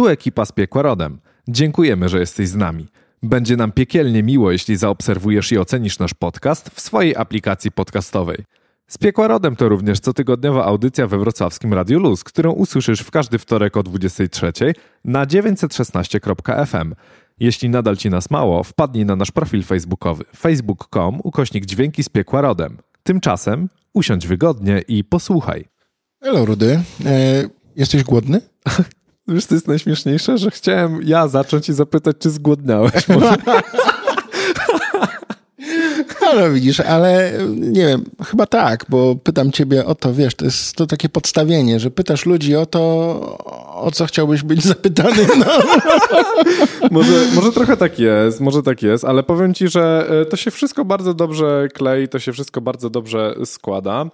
Tu ekipa z Piekła Rodem. Dziękujemy, że jesteś z nami. Będzie nam piekielnie miło, jeśli zaobserwujesz i ocenisz nasz podcast w swojej aplikacji podcastowej. Z Piekła Rodem to również cotygodniowa audycja we wrocławskim Radiu Luz, którą usłyszysz w każdy wtorek o 23:00 na 916.fm. Jeśli nadal ci nas mało, wpadnij na nasz profil facebookowy facebook.com/dźwięki z Piekła Rodem. Tymczasem usiądź wygodnie i posłuchaj. Hello, Rudy. Jesteś głodny? Wiesz, to jest najśmieszniejsze, że chciałem ja zacząć i zapytać, czy zgłodniałeś może. No widzisz, ale nie wiem, chyba tak, bo pytam ciebie o to, wiesz, to jest to takie podstawienie, że pytasz ludzi o to, o co chciałbyś być zapytany. No. Może trochę tak jest, ale powiem ci, że to się wszystko bardzo dobrze klei, to się wszystko bardzo dobrze składa.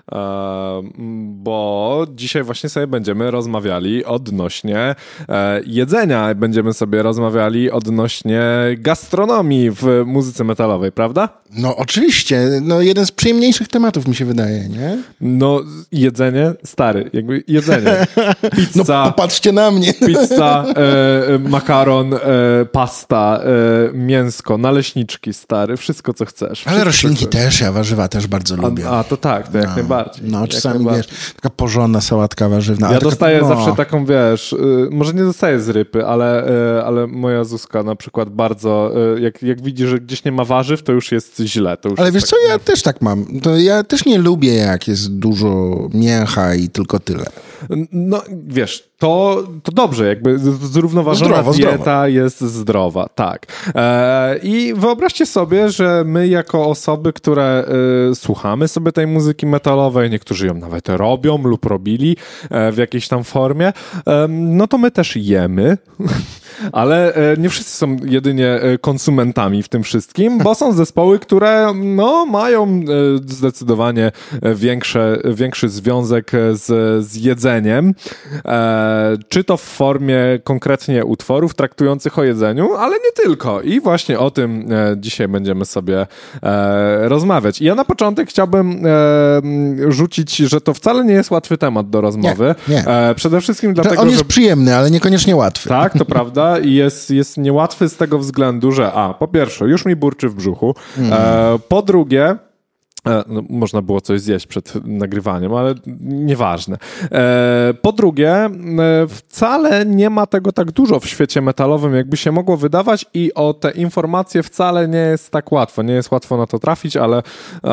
Bo dzisiaj właśnie sobie będziemy rozmawiali odnośnie jedzenia, będziemy sobie rozmawiali odnośnie gastronomii w muzyce metalowej, prawda? No oczywiście, no jeden z przyjemniejszych tematów mi się wydaje, nie? No jedzenie, stary, jakby jedzenie. Pizza, no popatrzcie na mnie. Pizza, makaron, pasta, mięsko, naleśniczki, stary, wszystko co chcesz. Ale roślinki też, ja warzywa też bardzo lubię. A to tak, to jak najbardziej. No czasami, wiesz, taka porządna sałatka warzywna. Ja dostaję zawsze taką, wiesz, może nie dostaję z rypy, ale moja Zuzka na przykład bardzo, jak widzi, że gdzieś nie ma warzyw, to już jest źle. To już ale wiesz tak, co, ja też tak mam. To ja też nie lubię, jak jest dużo mięcha i tylko tyle. No wiesz, to dobrze, jakby zrównoważona dieta jest zdrowa, tak. I wyobraźcie sobie, że my jako osoby, które słuchamy sobie tej muzyki metalowej, niektórzy ją nawet robią lub robili w jakiejś tam formie, no to my też jemy. Ale nie wszyscy są jedynie konsumentami w tym wszystkim, bo są zespoły, które no, mają zdecydowanie większy związek z jedzeniem. Czy to w formie konkretnie utworów traktujących o jedzeniu, ale nie tylko. I właśnie o tym dzisiaj będziemy sobie rozmawiać. I ja na początek chciałbym rzucić, że to wcale nie jest łatwy temat do rozmowy. Nie. Przede wszystkim dlatego, on jest przyjemny, ale niekoniecznie łatwy. Tak, to prawda. I jest niełatwy z tego względu, że po pierwsze, już mi burczy w brzuchu, po drugie, no, można było coś zjeść przed nagrywaniem, ale nieważne. Po drugie, wcale nie ma tego tak dużo w świecie metalowym, jakby się mogło wydawać i o te informacje wcale nie jest tak łatwo. Nie jest łatwo na to trafić, ale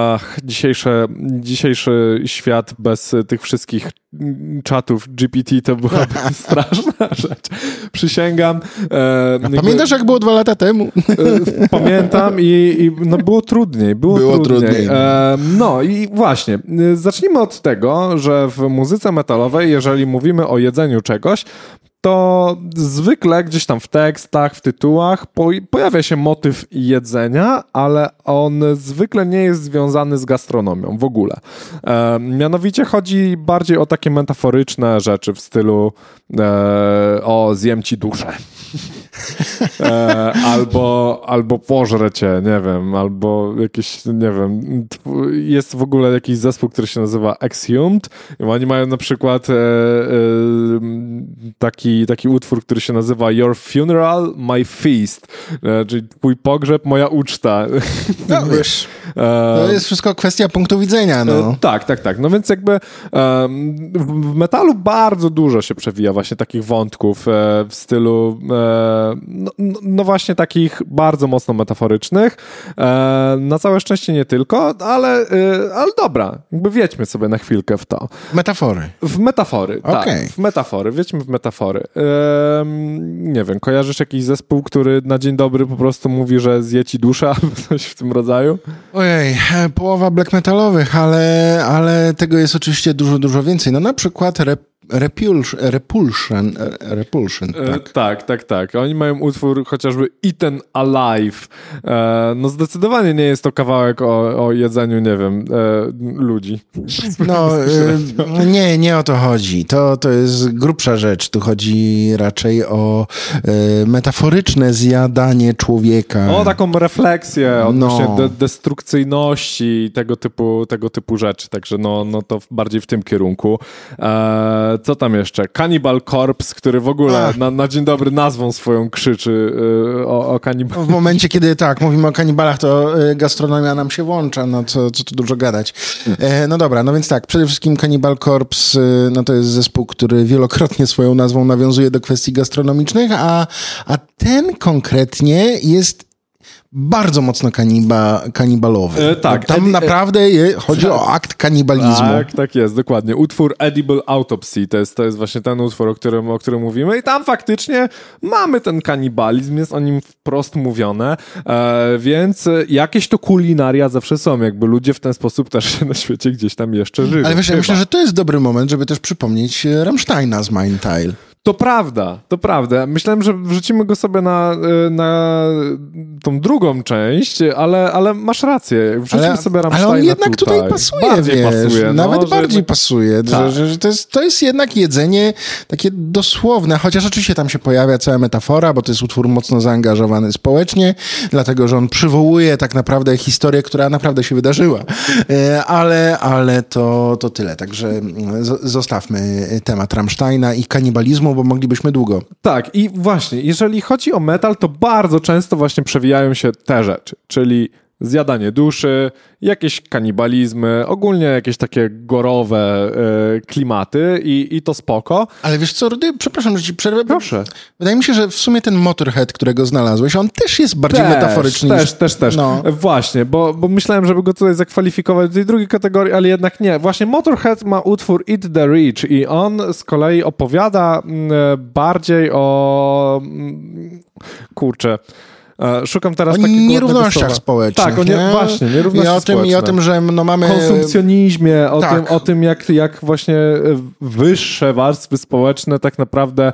dzisiejszy świat bez tych wszystkich czatów GPT to byłaby straszna rzecz. Przysięgam. Pamiętasz, jak było 2 lata temu? Pamiętam i no było trudniej. Było trudniej. No i właśnie, zacznijmy od tego, że w muzyce metalowej, jeżeli mówimy o jedzeniu czegoś, to zwykle gdzieś tam w tekstach, w tytułach pojawia się motyw jedzenia, ale on zwykle nie jest związany z gastronomią w ogóle. Mianowicie chodzi bardziej o takie metaforyczne rzeczy w stylu zjem ci duszę. Albo pożrę cię, nie wiem, albo jakieś, nie wiem, jest w ogóle jakiś zespół, który się nazywa Exhumed i oni mają na przykład taki utwór, który się nazywa Your Funeral, My Feast, czyli twój pogrzeb, moja uczta. No wiesz, to jest wszystko kwestia punktu widzenia, no. Tak. No więc jakby w metalu bardzo dużo się przewija właśnie takich wątków w stylu no właśnie takich bardzo mocno metaforycznych. Na całe szczęście nie tylko, ale dobra, jakby wiedźmy sobie na chwilkę w to. W metafory, okay. Tak. W metafory, wiedźmy w metafory. Nie wiem, kojarzysz jakiś zespół, który na dzień dobry po prostu mówi, że zje ci duszę albo coś w tym rodzaju? Ojej, połowa black metalowych, ale tego jest oczywiście dużo więcej. No na przykład Repulsion. Tak. Oni mają utwór chociażby Eaten Alive. No zdecydowanie nie jest to kawałek o jedzeniu, nie wiem, ludzi. No, nie o to chodzi. To jest grubsza rzecz. Tu chodzi raczej o metaforyczne zjadanie człowieka. O taką refleksję odnośnie destrukcyjności i tego typu rzeczy. Także no to bardziej w tym kierunku. Co tam jeszcze? Cannibal Corpse, który w ogóle na dzień dobry nazwą swoją krzyczy o kanibal. W momencie, kiedy mówimy o kanibalach, to gastronomia nam się włącza, no co tu dużo gadać. No dobra, no więc przede wszystkim Cannibal Corpse, no to jest zespół, który wielokrotnie swoją nazwą nawiązuje do kwestii gastronomicznych, a ten konkretnie jest bardzo mocno kanibalowy. Tam naprawdę chodzi o akt kanibalizmu. Tak jest, dokładnie. Utwór Edible Autopsy to jest właśnie ten utwór, o którym mówimy i tam faktycznie mamy ten kanibalizm, jest o nim wprost mówione, więc jakieś to kulinaria zawsze są, jakby ludzie w ten sposób też się na świecie gdzieś tam jeszcze żyją. Ale wiesz, ja myślę, że to jest dobry moment, żeby też przypomnieć Rammsteina z Mein Teil. To prawda. Myślałem, że wrzucimy go sobie na tą drugą część, ale masz rację. Wrzucimy sobie Rammsteina. Ale on jednak tutaj pasuje, bardziej pasuje. Nawet bardziej pasuje. Że to jest jednak jedzenie takie dosłowne, chociaż oczywiście tam się pojawia cała metafora, bo to jest utwór mocno zaangażowany społecznie, dlatego, że on przywołuje tak naprawdę historię, która naprawdę się wydarzyła. Ale to tyle. Także zostawmy temat Rammsteina i kanibalizmu, bo moglibyśmy długo. Tak, i właśnie, jeżeli chodzi o metal, to bardzo często właśnie przewijają się te rzeczy, czyli zjadanie duszy, jakieś kanibalizmy, ogólnie jakieś takie gorowe klimaty i to spoko. Ale wiesz co, Rudy, przepraszam, że ci przerwę. Proszę. Wydaje mi się, że w sumie ten Motorhead, którego znalazłeś, on też jest bardziej metaforyczny. Też. No. Właśnie, bo myślałem, żeby go tutaj zakwalifikować do tej drugiej kategorii, ale jednak nie. Właśnie Motorhead ma utwór Eat the Rich i on z kolei opowiada bardziej o... Kurczę... Szukam teraz o nierównościach społecznych. Tak, właśnie, nierówności społeczne. I o tym, że mamy... konsumpcjonizmie, o tym jak właśnie wyższe warstwy społeczne tak naprawdę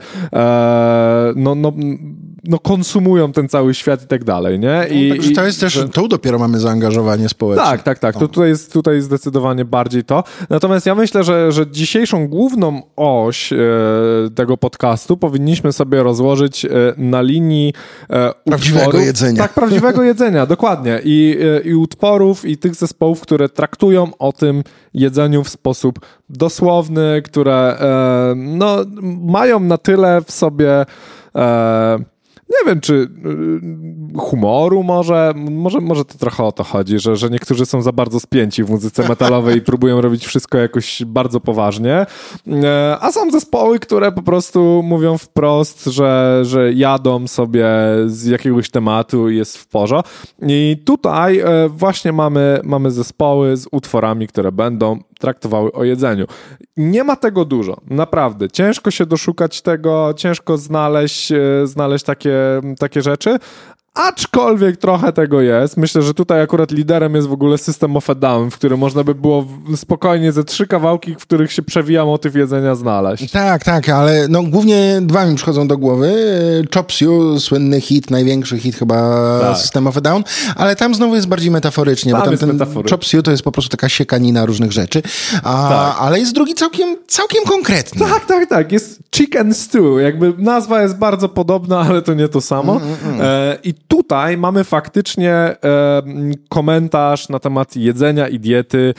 konsumują ten cały świat i tak dalej, nie? Także to jest też, tu dopiero mamy zaangażowanie społeczne. Tak. To tutaj zdecydowanie bardziej to. Natomiast ja myślę, że dzisiejszą główną oś tego podcastu powinniśmy sobie rozłożyć na linii prawdziwego jedzenia. Tak, prawdziwego jedzenia, dokładnie. I utworów, i tych zespołów, które traktują o tym jedzeniu w sposób dosłowny, które mają na tyle w sobie nie wiem, czy humoru może to trochę o to chodzi, że niektórzy są za bardzo spięci w muzyce metalowej i próbują robić wszystko jakoś bardzo poważnie, a są zespoły, które po prostu mówią wprost, że jadą sobie z jakiegoś tematu i jest w porządku. I tutaj właśnie mamy zespoły z utworami, które będą traktowały o jedzeniu. Nie ma tego dużo, naprawdę. Ciężko się doszukać tego, ciężko znaleźć takie rzeczy, aczkolwiek trochę tego jest. Myślę, że tutaj akurat liderem jest w ogóle System of a Down, w którym można by było spokojnie ze 3 kawałki, w których się przewija motyw jedzenia znaleźć. Tak, ale głównie 2 mi przychodzą do głowy. Chops You, słynny hit, największy hit chyba System of a Down, ale tam znowu jest bardziej metaforycznie, bo tam ten Chops You to jest po prostu taka siekanina różnych rzeczy, ale jest drugi całkiem konkretny. Tak, jest Chicken Stew, jakby nazwa jest bardzo podobna, ale to nie to samo. I tutaj mamy faktycznie komentarz na temat jedzenia i diety,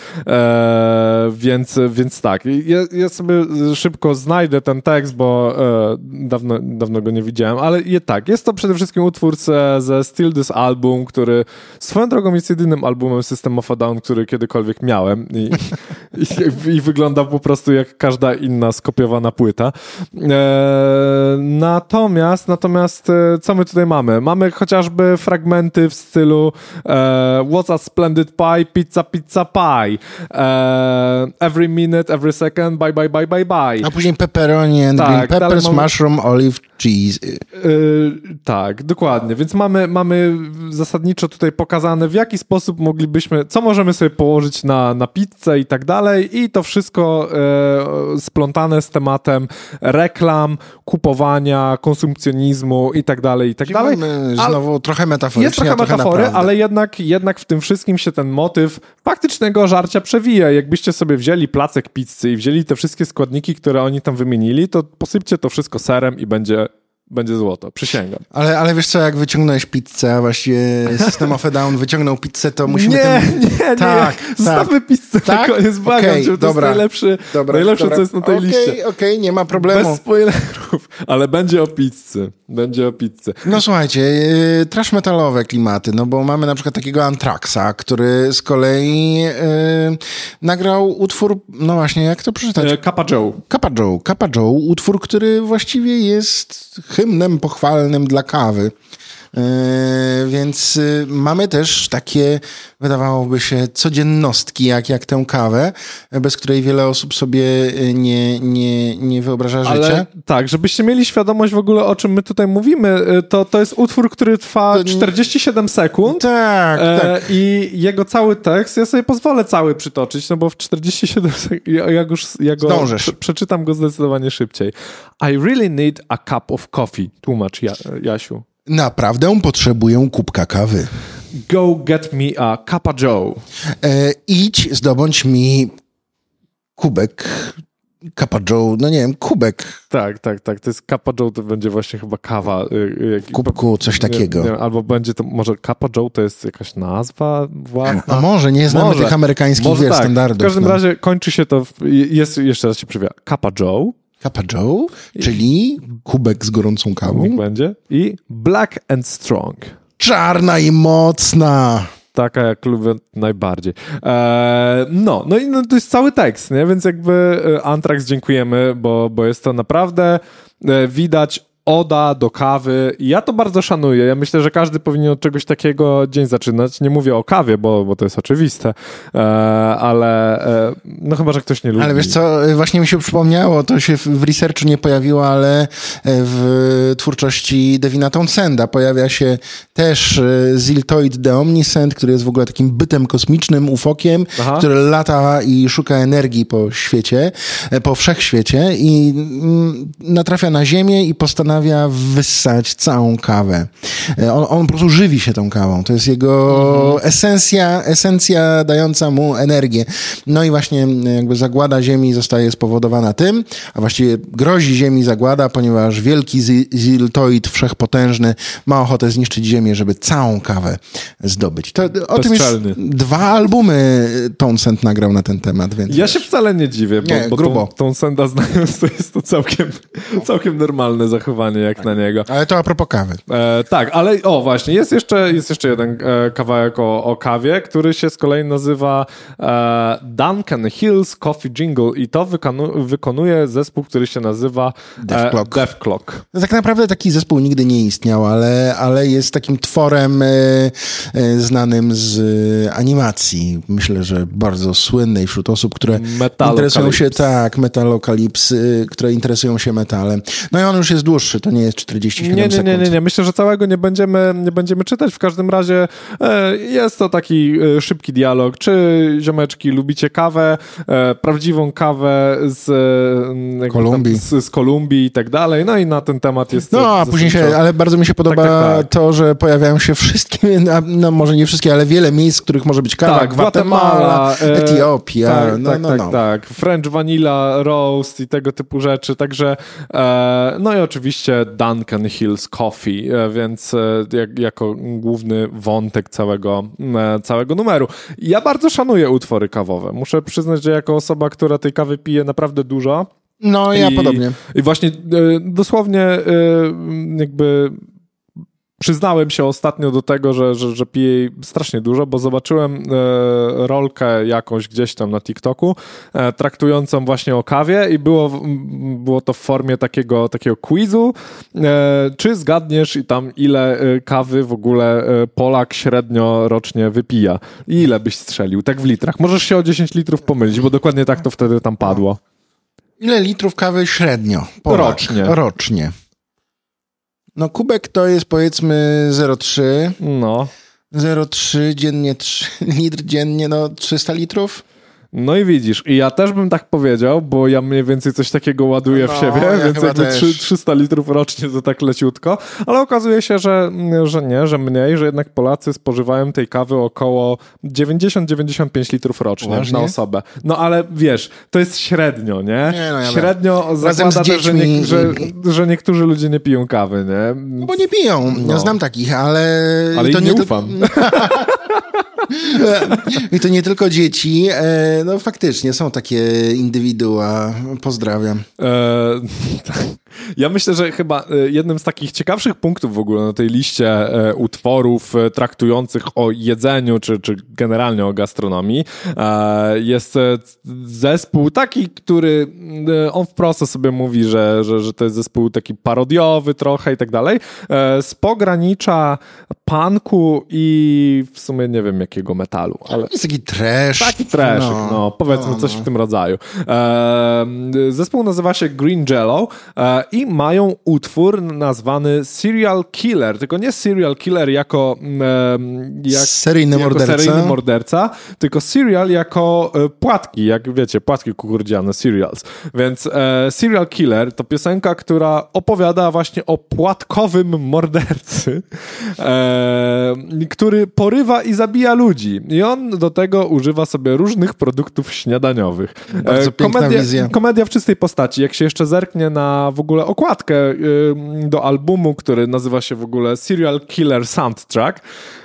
więc tak. Ja sobie szybko znajdę ten tekst, bo dawno go nie widziałem, ale jest to przede wszystkim utwór ze Still This Album, który swoją drogą jest jedynym albumem System of a Down, który kiedykolwiek miałem i wygląda po prostu jak każda inna skopiowana płyta. Natomiast co my tutaj mamy? Mamy chociażby fragmenty w stylu What's a Splendid Pie, Pizza Pie, Every Minute, Every Second, Bye. A później Pepperoni and Green Peppers, Mushroom, Olive, Cheese. Tak, dokładnie. Więc mamy zasadniczo tutaj pokazane, w jaki sposób co możemy sobie położyć na pizzę i tak dalej, i to wszystko splątane z tematem reklam, kupowania, konsumpcjonizmu i tak dalej. Znowu trochę metaforycznie. Jest trochę metafory, ale jednak w tym wszystkim się ten motyw faktycznego żarcia przewija. Jakbyście sobie wzięli placek pizzy i wzięli te wszystkie składniki, które oni tam wymienili, to posypcie to wszystko serem i będzie będzie złoto, przysięgam. Ale wiesz co, jak wyciągnąłeś pizzę, a właściwie System of a Down wyciągnął pizzę, to musimy... Nie, tak, zostawmy pizzę na koniec, błagam cię, to jest najlepsze, co jest na tej liście. Okej, nie ma problemu. Bez spoilerów, ale będzie o pizzy. No słuchajcie, trash metalowe klimaty, no bo mamy na przykład takiego Anthraxa, który z kolei nagrał utwór, no właśnie, jak to przeczytać? Kappa Joe, utwór, który właściwie jest hymnem pochwalnym dla kawy. Więc mamy też takie, wydawałoby się, codziennostki, jak tę kawę, bez której wiele osób sobie nie wyobraża życia. Ale tak, żebyście mieli świadomość w ogóle, o czym my tutaj mówimy, to jest utwór, który trwa 47 sekund. Tak. I jego cały tekst, ja sobie pozwolę cały przytoczyć, no bo w 47 sekund, ja go przeczytam go zdecydowanie szybciej. I really need a cup of coffee. Tłumacz, Jasiu. Naprawdę potrzebuję kubka kawy. Go get me a Kappa Joe. Idź, zdobądź mi kubek Kappa Joe, no nie wiem, kubek. Tak. To jest Kappa Joe, to będzie właśnie chyba kawa. W kubku, coś takiego. Nie, albo będzie to, może Kappa Joe to jest jakaś nazwa własna? A może, nie znamy tych amerykańskich standardów. W każdym razie kończy się to, jest, jeszcze raz się przewija, Kappa Joe. Kappa Joe, czyli kubek z gorącą kawą. Niech będzie. I Black and Strong. Czarna i mocna. Taka, jak lubię najbardziej. No i to jest cały tekst, nie? Więc jakby Anthrax dziękujemy, bo jest to naprawdę widać oda do kawy. I ja to bardzo szanuję. Ja myślę, że każdy powinien od czegoś takiego dzień zaczynać. Nie mówię o kawie, bo to jest oczywiste, ale no chyba, że ktoś nie lubi. Ale wiesz co, właśnie mi się przypomniało, to się w researchu nie pojawiło, ale w twórczości Devina Townsenda pojawia się też Ziltoid the Omniscient, który jest w ogóle takim bytem kosmicznym, ufokiem, który lata i szuka energii po świecie, po wszechświecie i natrafia na Ziemię i postanawia wyssać całą kawę. On po prostu żywi się tą kawą. To jest jego esencja dająca mu energię. No i właśnie jakby zagłada Ziemi zostaje spowodowana tym, a właściwie grozi Ziemi zagłada, ponieważ wielki Ziltoid wszechpotężny ma ochotę zniszczyć Ziemię, żeby całą kawę zdobyć. O tym już 2 albumy Townsend nagrał na ten temat. Więc ja się wcale nie dziwię, bo grubo. Townsenda znając, to jest to całkiem normalne zachowanie jak na niego. Ale to a propos kawy. Tak, ale właśnie, jest jeszcze jeden kawałek o kawie, który się z kolei nazywa Duncan Hills Coffee Jingle i to wykonuje zespół, który się nazywa Death Clock. No tak naprawdę taki zespół nigdy nie istniał, ale jest takim tworem znanym z animacji. Myślę, że bardzo słynnej wśród osób, które interesują się, Metalocalypse, które interesują się metalem. No i on już jest dłuższy, to nie jest 47 sekund. Nie. Myślę, że całego nie będziemy czytać. W każdym razie jest to taki szybki dialog. Czy ziomeczki lubicie kawę, prawdziwą kawę z Kolumbii i tak dalej. No i na ten temat jest... No, a później ale bardzo mi się podoba to, że pojawiają się wszystkie, no może nie wszystkie, ale wiele miejsc, w których może być kawa. Gwatemala, Etiopia. Tak. French Vanilla Roast i tego typu rzeczy. Także no i oczywiście Duncan Hills Coffee, więc jako główny wątek całego numeru. Ja bardzo szanuję utwory kawowe. Muszę przyznać, że jako osoba, która tej kawy pije naprawdę dużo. No, ja podobnie. I właśnie dosłownie jakby przyznałem się ostatnio do tego, że piję jej strasznie dużo, bo zobaczyłem rolkę jakąś gdzieś tam na TikToku traktującą właśnie o kawie i było to w formie takiego quizu. Czy zgadniesz i tam ile kawy w ogóle Polak średnio rocznie wypija? I ile byś strzelił? Tak w litrach. Możesz się o 10 litrów pomylić, bo dokładnie tak to wtedy tam padło. Ile litrów kawy średnio? Polak, rocznie. No kubek to jest powiedzmy 0,3. No. 0,3 dziennie, 3 litr dziennie, no 300 litrów? No i widzisz, i ja też bym tak powiedział, bo ja mniej więcej coś takiego ładuję w siebie, więc jakby 300 litrów rocznie to tak leciutko, ale okazuje się, że nie, że mniej, że jednak Polacy spożywają tej kawy około 90-95 litrów rocznie na osobę. No ale wiesz, to jest średnio, nie? Średnio zakłada też, że niektórzy ludzie nie piją kawy, nie? No bo nie piją, ja znam takich, ale to nie ufam. I to nie tylko dzieci, no faktycznie są takie indywidua. Pozdrawiam. Ja myślę, że chyba jednym z takich ciekawszych punktów w ogóle na tej liście utworów traktujących o jedzeniu, czy generalnie o gastronomii, jest zespół taki, który on wprost sobie mówi, że to jest zespół taki parodiowy trochę i tak dalej, z pogranicza punku i w sumie nie wiem jakiego metalu. Ale jest taki trash. Taki trash, no powiedzmy coś w tym rodzaju. Zespół nazywa się Green Jello i mają utwór nazwany Serial Killer, tylko nie Serial Killer jako seryjny morderca, tylko serial jako płatki, jak wiecie, płatki kukurydziane, cereals. Więc Serial Killer to piosenka, która opowiada właśnie o płatkowym mordercy, który porywa i zabija ludzi. I on do tego używa sobie różnych produktów śniadaniowych. Bardzo piękna wizja. Komedia w czystej postaci. Jak się jeszcze zerknie na w ogóle okładkę do albumu, który nazywa się w ogóle Serial Killer Soundtrack,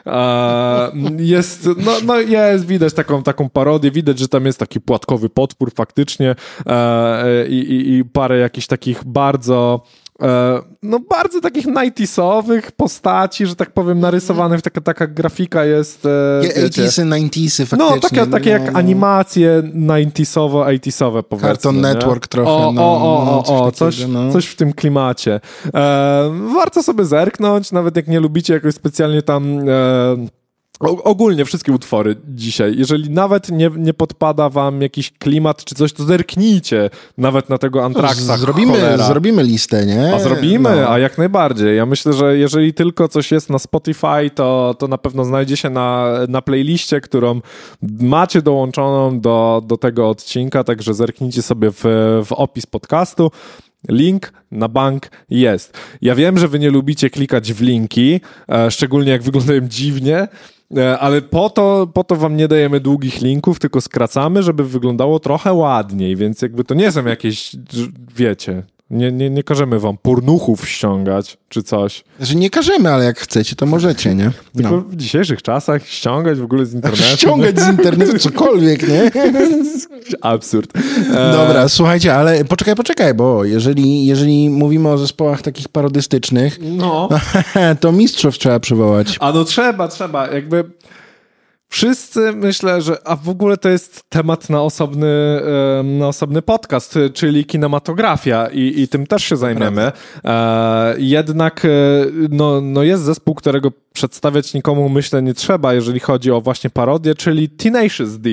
jest, widać taką parodię, widać, że tam jest taki płatkowy potwór faktycznie i parę jakichś takich bardzo takich 90sowych postaci, że tak powiem, narysowanych, taka grafika jest... 80sy, 90sy faktycznie. No, takie jak animacje 90sowe, 80sowe powiedzmy. Cartoon Network trochę. Coś w tym klimacie. Warto sobie zerknąć, nawet jak nie lubicie jakoś specjalnie tam... Ogólnie wszystkie utwory dzisiaj. Jeżeli nawet nie podpada wam jakiś klimat czy coś, to zerknijcie nawet na tego Anthraxa. Zrobimy listę, nie? A zrobimy, a jak najbardziej. Ja myślę, że jeżeli tylko coś jest na Spotify, to na pewno znajdzie się na playliście, którą macie dołączoną do tego odcinka, także zerknijcie sobie w opis podcastu. Link na bank jest. Ja wiem, że wy nie lubicie klikać w linki, szczególnie jak wyglądają dziwnie, ale po to wam nie dajemy długich linków, tylko skracamy, żeby wyglądało trochę ładniej, więc jakby to nie są jakieś, wiecie... Nie każemy wam pornuchów ściągać, czy coś. Że nie każemy, ale jak chcecie, to możecie, nie? Tylko w dzisiejszych czasach ściągać w ogóle z internetu. Ściągać z internetu cokolwiek, nie? Absurd. Dobra, słuchajcie, ale poczekaj, bo jeżeli mówimy o zespołach takich parodystycznych, to mistrzów trzeba przywołać. A no trzeba, jakby... Wszyscy myślę, że a w ogóle to jest temat na osobny podcast, czyli kinematografia i tym też się zajmiemy. Jednak jest zespół, którego przedstawiać nikomu myślę nie trzeba, jeżeli chodzi o właśnie parodię, czyli Tenacious D,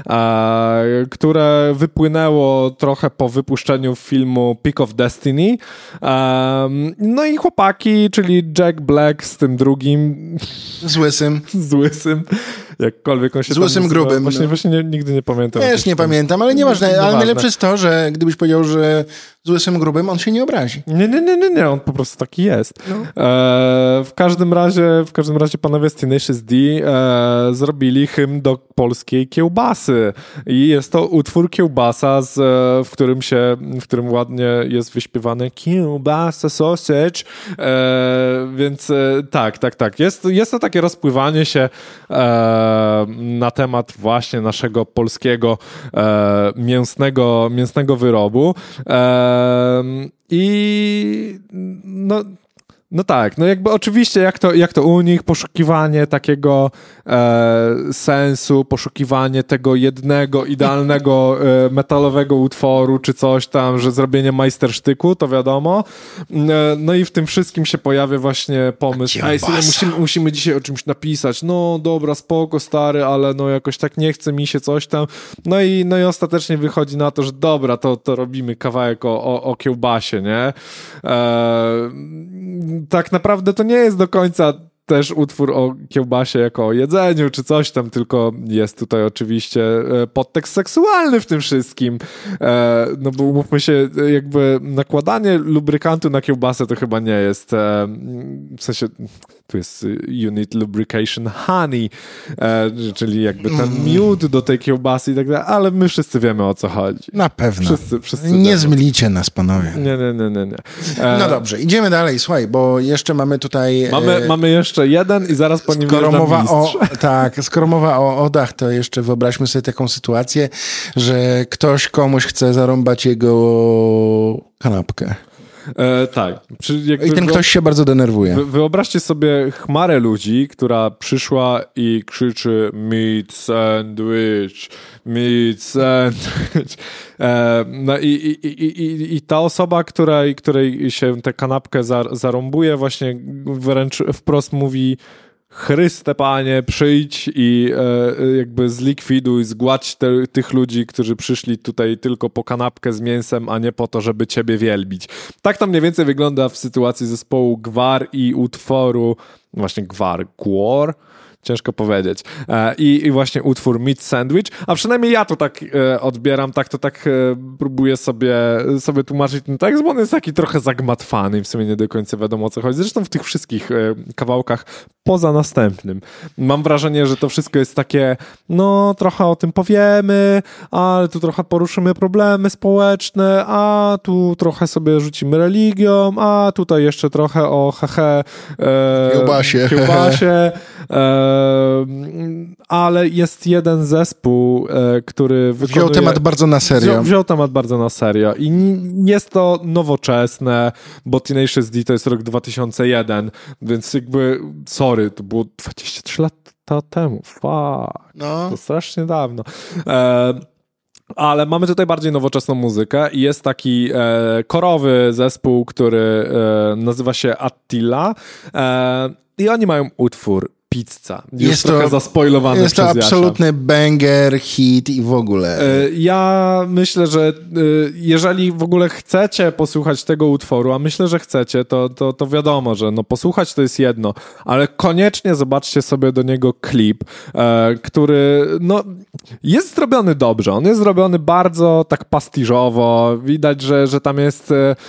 które wypłynęło trochę po wypuszczeniu filmu Peak of Destiny. No i chłopaki, czyli Jack Black z tym drugim. Z łysym. Jakkolwiek on się z łysym grubym. Właśnie nigdy nie pamiętam. Też nie pamiętam, ale nieważne. Ale najlepsze jest to, że gdybyś powiedział, że z łysym grubym, on się nie obrazi. Nie, on po prostu taki jest. No. W każdym razie panowie z Tenacious D zrobili hymn do polskiej kiełbasy i jest to utwór Kiełbasa, w którym ładnie jest wyśpiewany Kiełbasa sausage, więc tak. Jest to takie rozpływanie się na temat właśnie naszego polskiego mięsnego wyrobu. I jakby oczywiście jak to u nich, poszukiwanie takiego sensu, poszukiwanie tego jednego idealnego metalowego utworu, czy coś tam, że zrobienie majstersztyku, to wiadomo. No i w tym wszystkim się pojawia właśnie pomysł, musimy dzisiaj o czymś napisać, no dobra, spoko stary, ale no jakoś tak nie chce mi się coś tam. No i ostatecznie wychodzi na to, że dobra, to robimy kawałek o kiełbasie, nie? Tak naprawdę to nie jest do końca też utwór o kiełbasie jako o jedzeniu, czy coś tam, tylko jest tutaj oczywiście podtekst seksualny w tym wszystkim. No bo umówmy się, jakby nakładanie lubrykantu na kiełbasę to chyba nie jest, w sensie tu jest unit lubrication honey, czyli jakby ten miód do tej kiełbasy i tak dalej, ale my wszyscy wiemy, o co chodzi. Na pewno. Wszyscy nie zmylicie nas, panowie. Nie. No dobrze, idziemy dalej, słuchaj, bo jeszcze mamy tutaj... Mamy jeszcze jeden i zaraz po nim skoro mowa o odach, to jeszcze wyobraźmy sobie taką sytuację, że ktoś komuś chce zarąbać jego kanapkę. Tak. I ten ktoś się bardzo denerwuje. Wyobraźcie sobie chmarę ludzi, która przyszła i krzyczy meat sandwich. No i ta osoba, której się tę kanapkę zarąbuje, właśnie wręcz wprost mówi: Chryste Panie, przyjdź i jakby zlikwiduj, zgładź tych ludzi, którzy przyszli tutaj tylko po kanapkę z mięsem, a nie po to, żeby ciebie wielbić. Tak tam mniej więcej wygląda w sytuacji zespołu Gwar i utworu właśnie Gwar, ciężko powiedzieć. I właśnie utwór Meat Sandwich, a przynajmniej ja to tak odbieram, tak próbuję sobie tłumaczyć ten tekst, bo on jest taki trochę zagmatwany i w sumie nie do końca wiadomo, o co chodzi. Zresztą w tych wszystkich kawałkach poza następnym. Mam wrażenie, że to wszystko jest takie, no trochę o tym powiemy, ale tu trochę poruszymy problemy społeczne, a tu trochę sobie rzucimy religią, a tutaj jeszcze trochę o kiełbasie. Ale jest jeden zespół, który wziął temat bardzo na serio. Wziął temat bardzo na serio i jest to nowoczesne, bo Tenacious D to jest rok 2001, więc jakby, sorry, to było 23 lata temu. Fuck. No. To strasznie dawno. Ale mamy tutaj bardziej nowoczesną muzykę i jest taki korowy zespół, który nazywa się Attila i oni mają utwór Pizza. Jest trochę zaspoilowany jest przez to absolutny banger, hit i w ogóle. Ja myślę, że jeżeli w ogóle chcecie posłuchać tego utworu, a myślę, że chcecie, to wiadomo, że no posłuchać to jest jedno, ale koniecznie zobaczcie sobie do niego klip, który no jest zrobiony dobrze. On jest zrobiony bardzo tak pastiżowo. Widać, że tam jest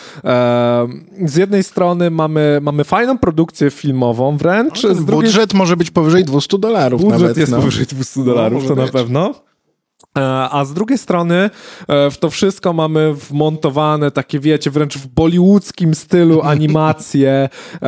z jednej strony mamy fajną produkcję filmową wręcz. Z drugiej... Budżet może być powyżej $200. Budżet nawet, jest powyżej $200, to na pewno. A z drugiej strony w to wszystko mamy wmontowane takie, wiecie, wręcz w bollywoodzkim stylu animacje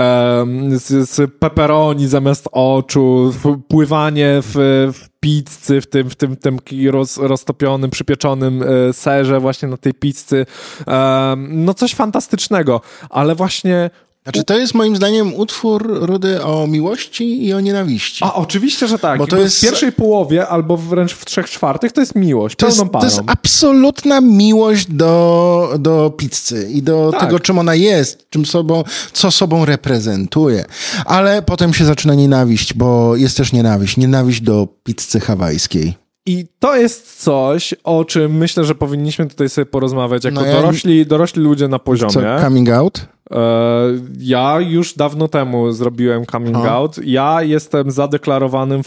z pepperoni zamiast oczu, pływanie w pizzy, w tym roztopionym, przypieczonym serze właśnie na tej pizzy. No coś fantastycznego, ale właśnie... Znaczy to jest moim zdaniem utwór, Rudy, o miłości i o nienawiści. A oczywiście, że tak. Bo to jest... W pierwszej połowie albo wręcz w 3/4 to jest miłość, pełną parą. To jest absolutna miłość do pizzy i do tego, czym ona jest, co sobą reprezentuje. Ale potem się zaczyna nienawiść, bo jest też nienawiść do pizzy hawajskiej. I to jest coś, o czym myślę, że powinniśmy tutaj sobie porozmawiać jako dorośli ludzie na poziomie. Co, coming out? Ja już dawno temu zrobiłem coming out. Ja jestem zadeklarowanym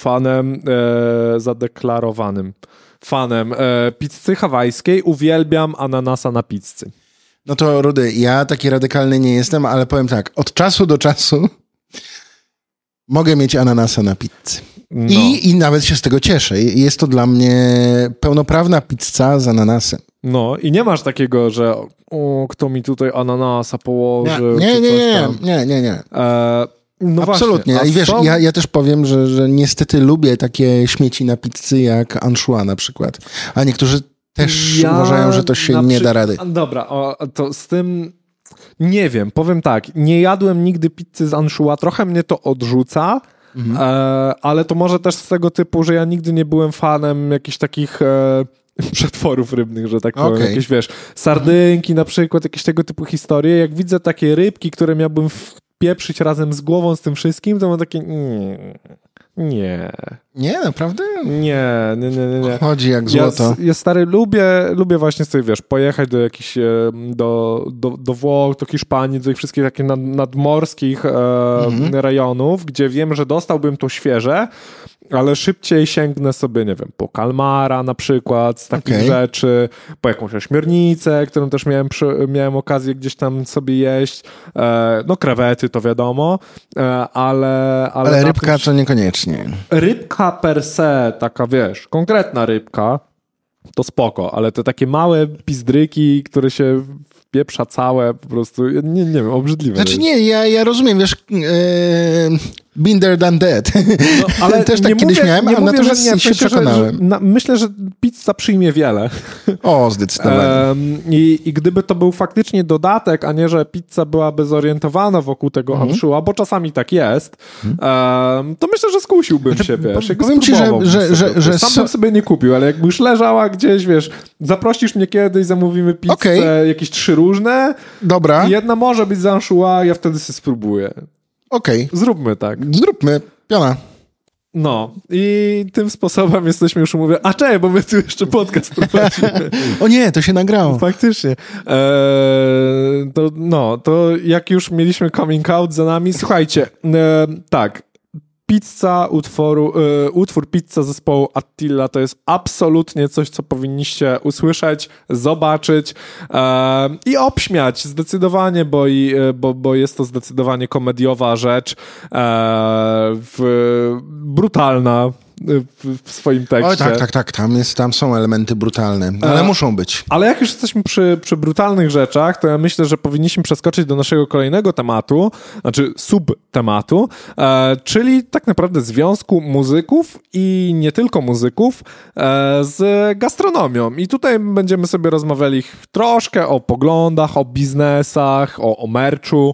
fanem pizzy hawajskiej. Uwielbiam ananasa na pizzy. No to Rudy, ja taki radykalny nie jestem, ale powiem tak, od czasu do czasu mogę mieć ananasa na pizzy. No. I nawet się z tego cieszę. Jest to dla mnie pełnoprawna pizza z ananasem. No i nie masz takiego, że kto mi tutaj ananasa położył, nie, czy coś tam. Nie. No absolutnie. Właśnie. I wiesz, ja też powiem, że niestety lubię takie śmieci na pizzy jak anchois na przykład. A niektórzy też uważają, że to się nie da rady. Dobra, to z tym... Nie wiem, powiem tak, nie jadłem nigdy pizzy z anchois, trochę mnie to odrzuca, ale to może też z tego typu, że ja nigdy nie byłem fanem jakichś takich przetworów rybnych, że tak powiem, jakieś, wiesz, sardynki na przykład, jakieś tego typu historie. Jak widzę takie rybki, które miałbym wpieprzyć razem z głową z tym wszystkim, to mam takie Nie, naprawdę? Nie. Chodzi jak złoto. Ja stary, lubię właśnie sobie, wiesz, pojechać do jakichś, do Włoch, do Hiszpanii, do tych wszystkich takich nadmorskich rejonów, gdzie wiem, że dostałbym to świeże, ale szybciej sięgnę sobie, nie wiem, po kalmara na przykład, z takich rzeczy, po jakąś ośmiornicę, którą też miałem okazję gdzieś tam sobie jeść. No krewety to wiadomo, ale rybka to niekoniecznie. Rybka per se, taka wiesz, konkretna rybka, to spoko, ale te takie małe pizdryki, które się wpieprza całe, po prostu, nie wiem, obrzydliwe. Znaczy nie, ja rozumiem, wiesz, been there, done that. No, ale też tak kiedyś miałem, a natomiast się przekonałem. Myślę, że pizza przyjmie wiele. O, zdecydowanie. I gdyby to był faktycznie dodatek, a nie, że pizza byłaby zorientowana wokół tego anchoa, bo czasami tak jest, to myślę, że skusiłbym się, wiesz. Powiem ci, że sam bym sobie nie kupił, ale jakby już leżała gdzieś, wiesz, zaprosisz mnie kiedyś, zamówimy pizzę, jakieś 3 różne. Dobra. Jedna może być z anchoa, ja wtedy sobie spróbuję. Okej. Zróbmy tak. Zróbmy. Piona. No i tym sposobem jesteśmy już umówieni. A czekaj, bo my tu jeszcze podcast prowadzimy. O nie, to się nagrało. Faktycznie. To jak już mieliśmy coming out za nami, słuchajcie, tak, utwór Pizza zespołu Attila to jest absolutnie coś, co powinniście usłyszeć, zobaczyć i obśmiać zdecydowanie, bo jest to zdecydowanie komediowa rzecz, brutalna w swoim tekście. Oj, tak, tam są elementy brutalne, ale muszą być. Ale jak już jesteśmy przy brutalnych rzeczach, to ja myślę, że powinniśmy przeskoczyć do naszego kolejnego tematu, znaczy subtematu, czyli tak naprawdę związku muzyków i nie tylko muzyków z gastronomią. I tutaj będziemy sobie rozmawiali troszkę o poglądach, o biznesach, o merchu,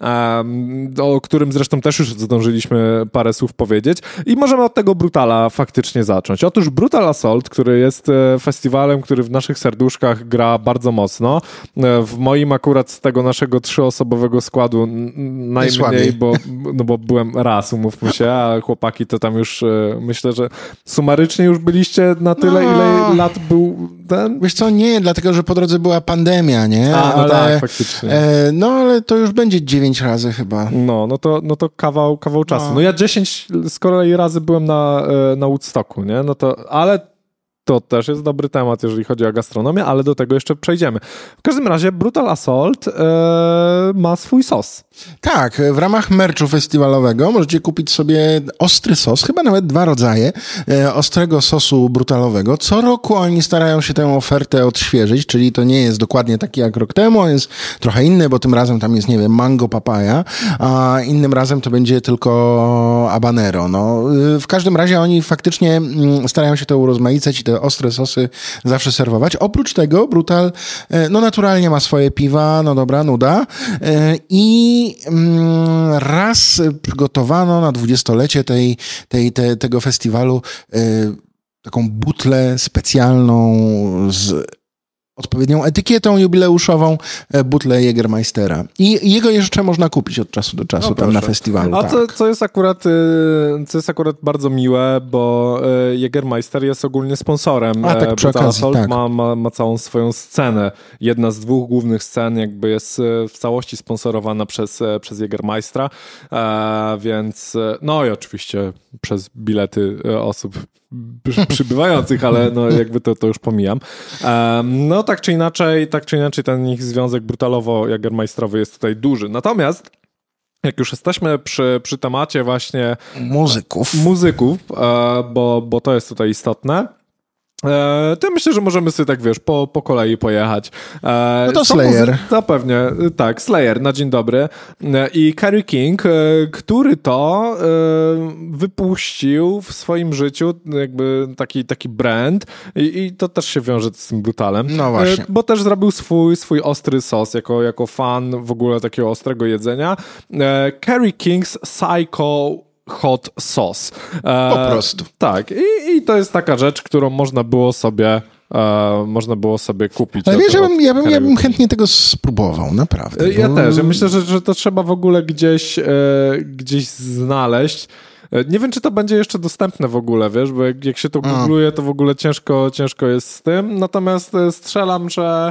o którym zresztą też już zdążyliśmy parę słów powiedzieć. I możemy od tego brutala faktycznie zacząć. Otóż Brutal Assault, który jest festiwalem, który w naszych serduszkach gra bardzo mocno. W moim akurat z tego naszego 3-osobowego składu najmniej, bo byłem raz, umówmy się, a chłopaki to tam już myślę, że sumarycznie już byliście na tyle, ile lat był ten? Wiesz co, nie, dlatego, że po drodze była pandemia, nie? Ale tak, faktycznie. Ale to już będzie 9 razy chyba. No to kawał czasu. No ja 10 z kolei razy byłem na Woodstocku, nie? No to, ale to też jest dobry temat, jeżeli chodzi o gastronomię, ale do tego jeszcze przejdziemy. W każdym razie Brutal Assault ma swój sos. Tak, w ramach merchu festiwalowego możecie kupić sobie ostry sos, chyba nawet 2 rodzaje ostrego sosu brutalowego. Co roku oni starają się tę ofertę odświeżyć, czyli to nie jest dokładnie taki jak rok temu, on jest trochę inny, bo tym razem tam jest, nie wiem, mango papaya, a innym razem to będzie tylko habanero. No, w każdym razie oni faktycznie starają się to urozmaicać i te ostre sosy zawsze serwować. Oprócz tego Brutal, no naturalnie ma swoje piwa, no dobra, nuda. I raz przygotowano na 20-lecie tego festiwalu taką butlę specjalną z odpowiednią etykietą jubileuszową, butlę Jägermeistera. I jego jeszcze można kupić od czasu do czasu tam na festiwalu. A tak. co jest akurat bardzo miłe, bo Jägermeister jest ogólnie sponsorem. A tak, przy okazji, Assault tak. ma całą swoją scenę. Jedna z 2 głównych scen jakby jest w całości sponsorowana przez Jägermeistera, więc no i oczywiście przez bilety osób przybywających, ale no jakby to już pomijam. No tak czy inaczej ten ich związek brutalowo-jagermeisterowy jest tutaj duży. Natomiast jak już jesteśmy przy temacie właśnie muzyków, bo to jest tutaj istotne, to myślę, że możemy sobie tak, wiesz, po kolei pojechać. No to Slayer. To pewnie, tak, Slayer, na dzień dobry. I Kerry King, który to wypuścił w swoim życiu jakby taki brand i to też się wiąże z tym brutalem. No właśnie. Bo też zrobił swój ostry sos, jako fan w ogóle takiego ostrego jedzenia. Kerry King's Psycho Hot Sauce. Po prostu. Tak. I to jest taka rzecz, którą można było sobie kupić. Ale wiesz, ja bym chętnie tego spróbował, naprawdę. Ja też. Ja myślę, że to trzeba w ogóle gdzieś znaleźć. Nie wiem, czy to będzie jeszcze dostępne w ogóle, wiesz, bo jak się to googluje, to w ogóle ciężko jest z tym. Natomiast strzelam,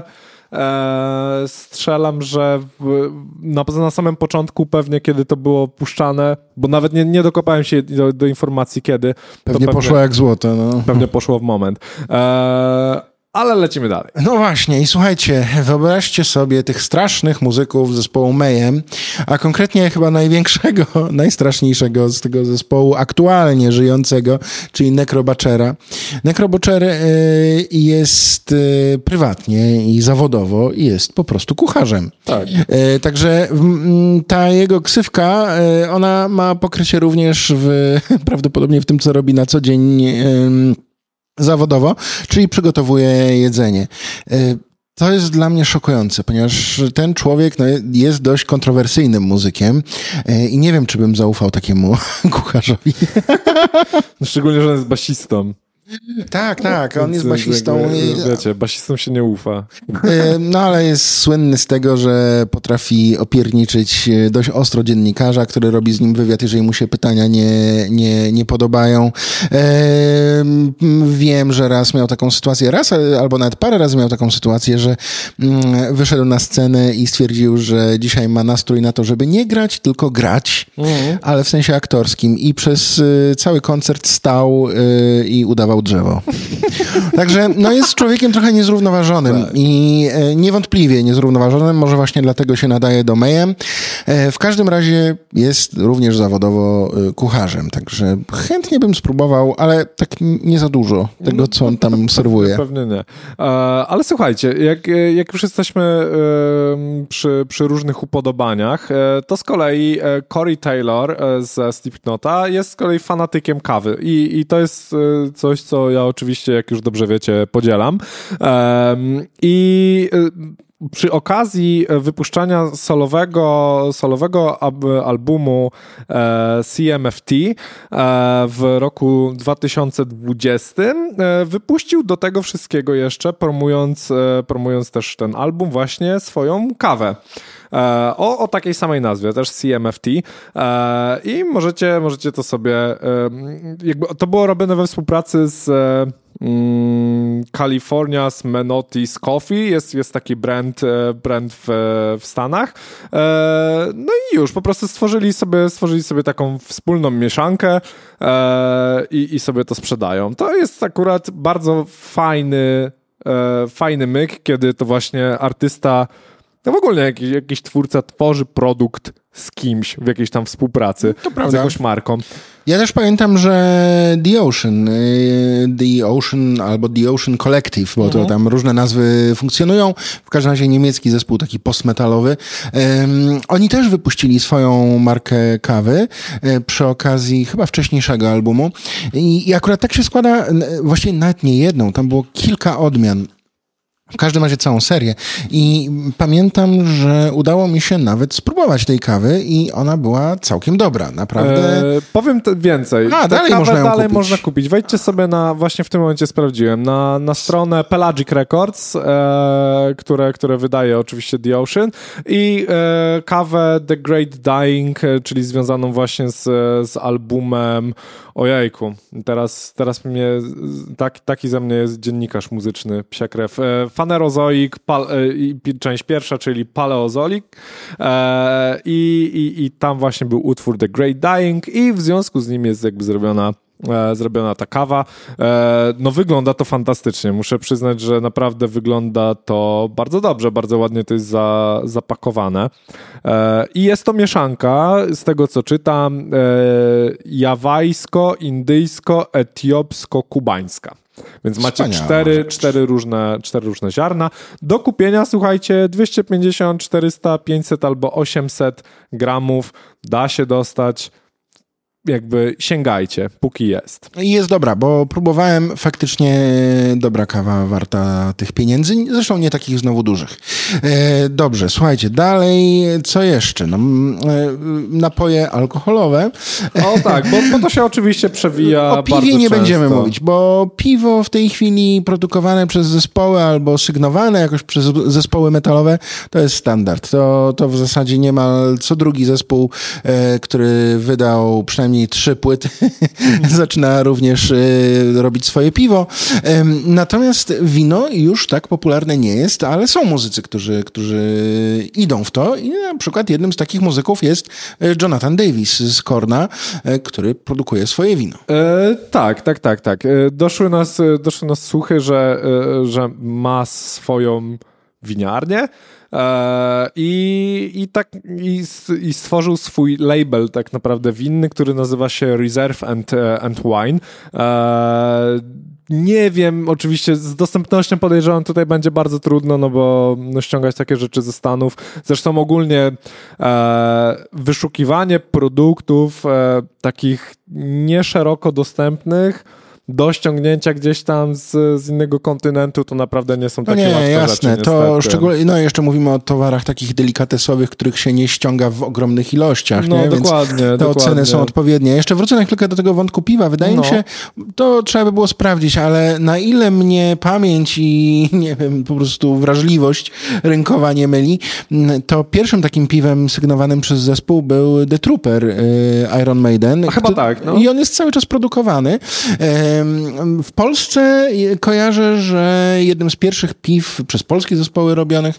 że na samym początku pewnie, kiedy to było puszczane, bo nawet nie dokopałem się do informacji kiedy. Pewnie poszło jak złoto. No. Pewnie poszło w moment. Ale lecimy dalej. No właśnie i słuchajcie, wyobraźcie sobie tych strasznych muzyków zespołu Mayhem, a konkretnie chyba największego, najstraszniejszego z tego zespołu aktualnie żyjącego, czyli Necro Butchera. Necro Butcher jest prywatnie i zawodowo jest po prostu kucharzem. Tak. Także ta jego ksywka, ona ma pokrycie również prawdopodobnie w tym, co robi na co dzień zawodowo, czyli przygotowuje jedzenie. To jest dla mnie szokujące, ponieważ ten człowiek jest dość kontrowersyjnym muzykiem i nie wiem, czy bym zaufał takiemu kucharzowi. Szczególnie, że on jest basistą. Tak, on jest basistą. Wiecie, basistom się nie ufa. No ale jest słynny z tego, że potrafi opierniczyć dość ostro dziennikarza, który robi z nim wywiad, jeżeli mu się pytania nie podobają. Wiem, że raz miał taką sytuację, albo nawet parę razy miał taką sytuację, że wyszedł na scenę i stwierdził, że dzisiaj ma nastrój na to, żeby nie grać, tylko grać, ale w sensie aktorskim i przez cały koncert stał i udawał drzewo. Także jest człowiekiem trochę niezrównoważonym i niewątpliwie niezrównoważonym, może właśnie dlatego się nadaje do Mayhem. W każdym razie jest również zawodowo kucharzem, także chętnie bym spróbował, ale tak nie za dużo tego, co on tam serwuje. Pewnie nie. Ale słuchajcie, jak już jesteśmy przy różnych upodobaniach, to z kolei Corey Taylor ze Slipknota jest z kolei fanatykiem kawy i to jest coś, co ja oczywiście, jak już dobrze wiecie, podzielam. I przy okazji wypuszczania solowego albumu CMFT w roku 2020 wypuścił do tego wszystkiego jeszcze, promując też ten album, właśnie swoją kawę. O takiej samej nazwie, też CMFT. I możecie to sobie... to było robione we współpracy z California's Menottes Coffee. Jest taki brand w Stanach. No i już, po prostu stworzyli sobie taką wspólną mieszankę i sobie to sprzedają. To jest akurat bardzo fajny myk, kiedy to właśnie artysta, no w ogóle jakiś twórca tworzy produkt z kimś w jakiejś tam współpracy, z jakąś marką. Ja też pamiętam, że The Ocean albo The Ocean Collective, bo to tam różne nazwy funkcjonują, w każdym razie niemiecki zespół taki postmetalowy. Oni też wypuścili swoją markę kawy przy okazji chyba wcześniejszego albumu i akurat tak się składa, właściwie nawet nie jedną, tam było kilka odmian. W każdym razie całą serię. I pamiętam, że udało mi się nawet spróbować tej kawy i ona była całkiem dobra, naprawdę. Powiem więcej. Dalej można kupić. Wejdźcie sobie właśnie w tym momencie sprawdziłem, na stronę Pelagic Records, które wydaje oczywiście The Ocean i kawę The Great Dying, czyli związaną właśnie z albumem. Ojejku, teraz mnie taki ze mnie jest dziennikarz muzyczny, psia krew. Fanerozoik, część pierwsza, czyli Paleozoik i tam właśnie był utwór The Great Dying i w związku z nim jest jakby zrobiona ta kawa. No wygląda to fantastycznie. Muszę przyznać, że naprawdę wygląda to bardzo dobrze, bardzo ładnie to jest zapakowane. I jest to mieszanka, z tego co czytam, jawajsko-indyjsko-etiopsko-kubańska. Więc macie cztery różne ziarna. Do kupienia, słuchajcie, 250, 400, 500 albo 800 gramów da się dostać. Jakby sięgajcie, póki jest. I jest dobra, bo próbowałem, faktycznie dobra kawa warta tych pieniędzy, zresztą nie takich znowu dużych. Dobrze, słuchajcie, dalej, co jeszcze? No, napoje alkoholowe. O tak, bo to się oczywiście przewija o piwie bardzo nie często. Będziemy mówić, bo piwo w tej chwili produkowane przez zespoły albo sygnowane jakoś przez zespoły metalowe, to jest standard. To w zasadzie niemal co drugi zespół, który wydał przynajmniej najmniej 3 płyty zaczyna również robić swoje piwo. Natomiast wino już tak popularne nie jest, ale są muzycy, którzy idą w to i na przykład jednym z takich muzyków jest Jonathan Davis z Korna, który produkuje swoje wino. Tak. Doszły nas słuchy, że ma swoją winiarnię i stworzył swój label tak naprawdę winny, który nazywa się Reserve and Wine. Nie wiem, oczywiście z dostępnością podejrzewam tutaj będzie bardzo trudno, no bo ściągać takie rzeczy ze Stanów. Zresztą ogólnie wyszukiwanie produktów takich nieszeroko dostępnych do ściągnięcia gdzieś tam z innego kontynentu, to naprawdę nie są takie łatwe jasne. rzeczy. To szczególnie, no jeszcze mówimy o towarach takich delikatesowych, których się nie ściąga w ogromnych ilościach. No nie? dokładnie. Więc te oceny są odpowiednie. Jeszcze wrócę na chwilkę do tego wątku piwa. Wydaje mi się, to trzeba by było sprawdzić, ale na ile mnie pamięć i nie wiem, po prostu wrażliwość rynkowa nie myli, to pierwszym takim piwem sygnowanym przez zespół był The Trooper Iron Maiden. Chyba tak. No. I on jest cały czas produkowany. W Polsce kojarzę, że jednym z pierwszych piw przez polskie zespoły robionych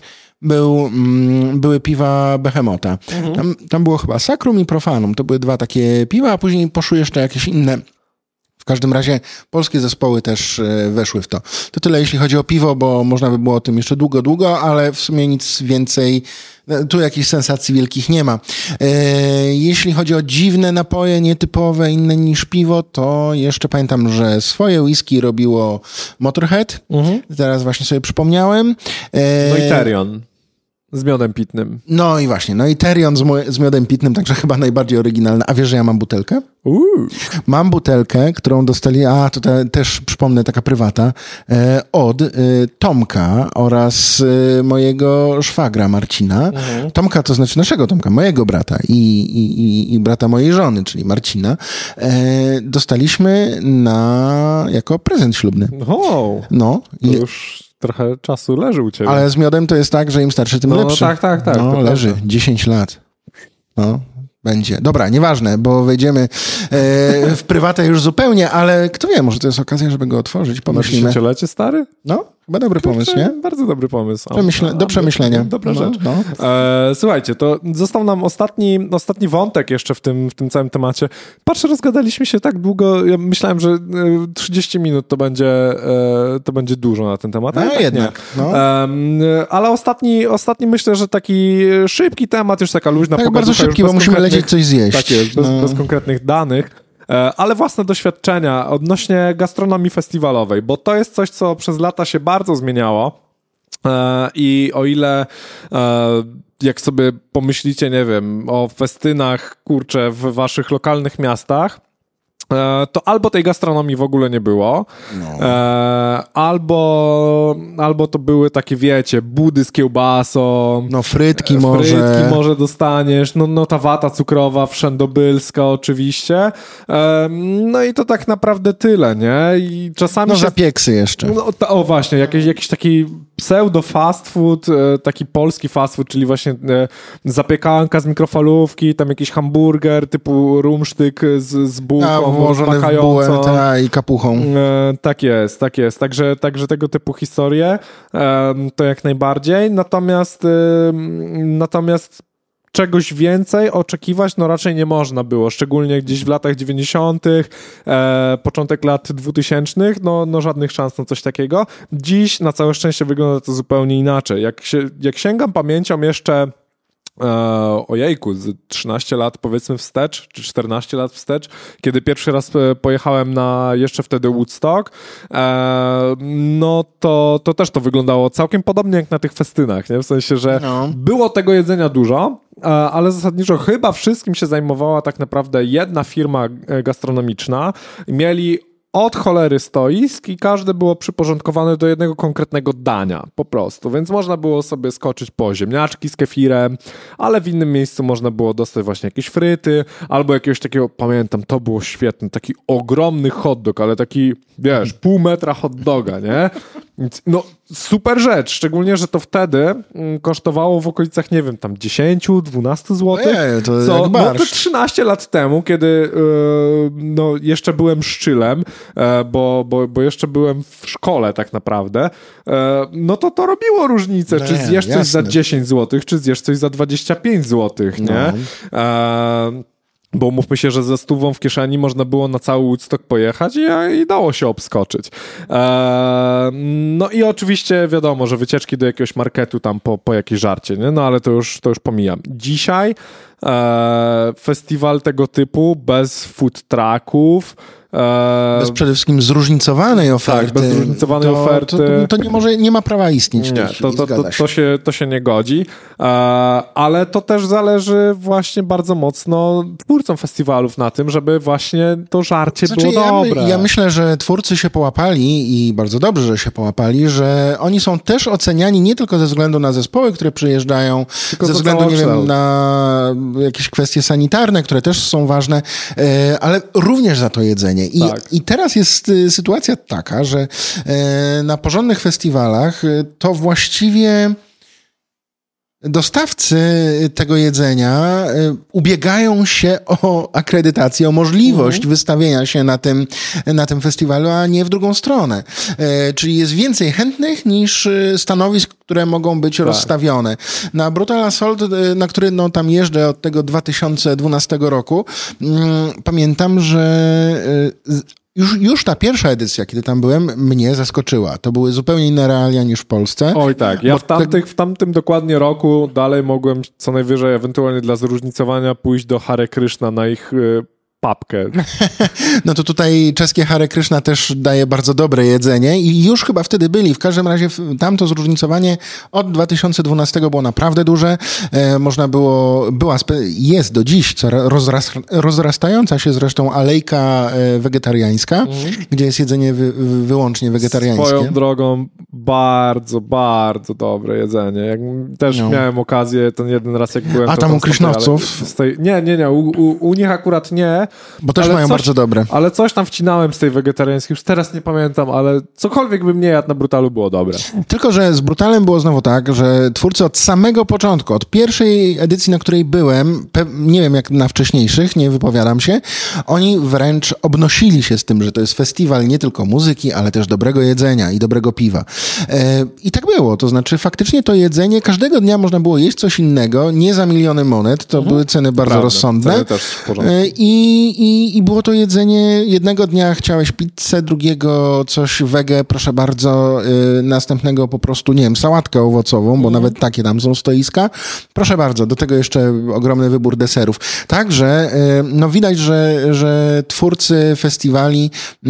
były piwa Behemota. Tam było chyba Sacrum i Profanum. To były 2 takie piwa, a później poszły jeszcze jakieś inne. W każdym razie polskie zespoły też weszły w to. To tyle, jeśli chodzi o piwo, bo można by było o tym jeszcze długo, ale w sumie nic więcej. Tu jakichś sensacji wielkich nie ma. Jeśli chodzi o dziwne napoje, nietypowe, inne niż piwo, to jeszcze pamiętam, że swoje whisky robiło Motorhead. Teraz właśnie sobie przypomniałem. No i Therion. Z miodem pitnym. No i właśnie, no i Therion z miodem pitnym, także chyba najbardziej oryginalne. A wiesz, że ja mam butelkę? Mam butelkę, którą dostali, to też przypomnę, taka prywata, od Tomka oraz mojego szwagra Marcina. Tomka to znaczy naszego Tomka, mojego brata i brata mojej żony, czyli Marcina. Dostaliśmy jako prezent ślubny. No. To już trochę czasu leży u ciebie. Ale z miodem to jest tak, że im starszy, tym lepszy. Tak. No, leży. 10 lat. No, będzie. Dobra, nieważne, bo wejdziemy w prywatę już zupełnie, ale kto wie, może to jest okazja, żeby go otworzyć. Pomyślimy. 10-lecie stary? No, chyba dobry pomysł, nie? Bardzo dobry pomysł. Do przemyślenia. Dobra rzecz. Słuchajcie, to został nam ostatni wątek jeszcze w tym całym temacie. Patrzę, rozgadaliśmy się tak długo, ja myślałem, że 30 minut to będzie dużo na ten temat. No jednak. Ale ostatni myślę, że taki szybki temat, już taka luźna pogaducha. Tak, bardzo szybki, bo musimy lecieć coś zjeść. Tak jest, bez konkretnych danych. Ale własne doświadczenia odnośnie gastronomii festiwalowej, bo to jest coś, co przez lata się bardzo zmieniało i o ile jak sobie pomyślicie, nie wiem, o festynach, w waszych lokalnych miastach, to albo tej gastronomii w ogóle nie było, albo to były takie, wiecie, budy z kiełbasą. No frytki może dostaniesz, no ta wata cukrowa wszędobylska oczywiście. No i to tak naprawdę tyle, nie? I czasami zapieksy jeszcze. Właśnie, jakiś taki pseudo fast food, taki polski fast food, czyli właśnie zapiekanka z mikrofalówki, tam jakiś hamburger typu rumsztyk z bułką włożony w bułę i kapuchą. Tak jest. Także tego typu historie to jak najbardziej. Natomiast czegoś więcej oczekiwać raczej nie można było, szczególnie gdzieś w latach 90., początek lat 2000, no żadnych szans na coś takiego. Dziś na całe szczęście wygląda to zupełnie inaczej. Jak sięgam pamięcią jeszcze z 13 lat powiedzmy wstecz, czy 14 lat wstecz, kiedy pierwszy raz pojechałem na jeszcze wtedy Woodstock, no to też to wyglądało całkiem podobnie jak na tych festynach, nie? W sensie, że było tego jedzenia dużo, ale zasadniczo chyba wszystkim się zajmowała tak naprawdę jedna firma gastronomiczna. Mieli od cholery stoisk i każde było przyporządkowane do jednego konkretnego dania, po prostu. Więc można było sobie skoczyć po ziemniaczki z kefirem, ale w innym miejscu można było dostać właśnie jakieś fryty, albo jakiegoś takiego, pamiętam, to było świetne, taki ogromny hot dog, ale taki, wiesz, pół metra hot doga, nie? No, super rzecz, szczególnie, że to wtedy kosztowało w okolicach, nie wiem, tam 10-12 zł. To 13 lat temu, kiedy jeszcze byłem szczylem, bo jeszcze byłem w szkole tak naprawdę, no to robiło różnicę, czy zjesz coś za 10 zł, czy zjesz coś za 25 zł, nie? Bo mówmy się, że ze 100 w kieszeni można było na cały Woodstock pojechać i dało się obskoczyć. No i oczywiście wiadomo, że wycieczki do jakiegoś marketu tam po jakieś żarcie, nie? No ale to już pomijam. Dzisiaj festiwal tego typu bez food trucków, bez przede wszystkim zróżnicowanej oferty. Tak, bez zróżnicowanej oferty. To nie ma prawa istnieć. To się nie godzi. Ale to też zależy właśnie bardzo mocno twórcom festiwalów na tym, żeby właśnie to żarcie było dobre. Ja myślę, że twórcy się połapali i bardzo dobrze, że się połapali, że oni są też oceniani nie tylko ze względu na zespoły, które przyjeżdżają, tylko ze względu, nie wiem, na jakieś kwestie sanitarne, które też są ważne, ale również za to jedzenie. I teraz jest sytuacja taka, że na porządnych festiwalach to właściwie dostawcy tego jedzenia ubiegają się o akredytację, o możliwość wystawienia się na tym festiwalu, a nie w drugą stronę. Czyli jest więcej chętnych niż stanowisk, które mogą być rozstawione. Na Brutal Assault, na który tam jeżdżę od tego 2012 roku, pamiętam, że już ta pierwsza edycja, kiedy tam byłem, mnie zaskoczyła. To były zupełnie inne realia niż w Polsce. Oj tak, ja w tamtym dokładnie roku dalej mogłem co najwyżej ewentualnie dla zróżnicowania pójść do Hare Krishna na ich papkę. No to tutaj czeskie Hare Krishna też daje bardzo dobre jedzenie i już chyba wtedy byli. W każdym razie tamto zróżnicowanie od 2012 było naprawdę duże. Można było, jest do dziś rozrastająca się zresztą alejka wegetariańska, gdzie jest jedzenie wyłącznie wegetariańskie. Swoją drogą bardzo, bardzo dobre jedzenie. Jak też miałem okazję ten jeden raz, jak byłem... A tam u Krishnowców? Nie, u nich akurat nie. Bo też mają bardzo dobre. Ale coś tam wcinałem z tej wegetariańskiej, już teraz nie pamiętam, ale cokolwiek bym nie jadł na Brutalu było dobre. Tylko że z Brutalem było znowu tak, że twórcy od samego początku, od pierwszej edycji, na której byłem, nie wiem jak na wcześniejszych, nie wypowiadam się, oni wręcz obnosili się z tym, że to jest festiwal nie tylko muzyki, ale też dobrego jedzenia i dobrego piwa. I tak było, to znaczy faktycznie to jedzenie, każdego dnia można było jeść coś innego, nie za miliony monet, to były ceny bardzo rozsądne. Ceny też w porządku. I było to jedzenie, jednego dnia chciałeś pizzę, drugiego coś wege, proszę bardzo, następnego po prostu, nie wiem, sałatkę owocową, bo nawet takie tam są stoiska. Proszę bardzo, do tego jeszcze ogromny wybór deserów. Także, no widać, że twórcy festiwali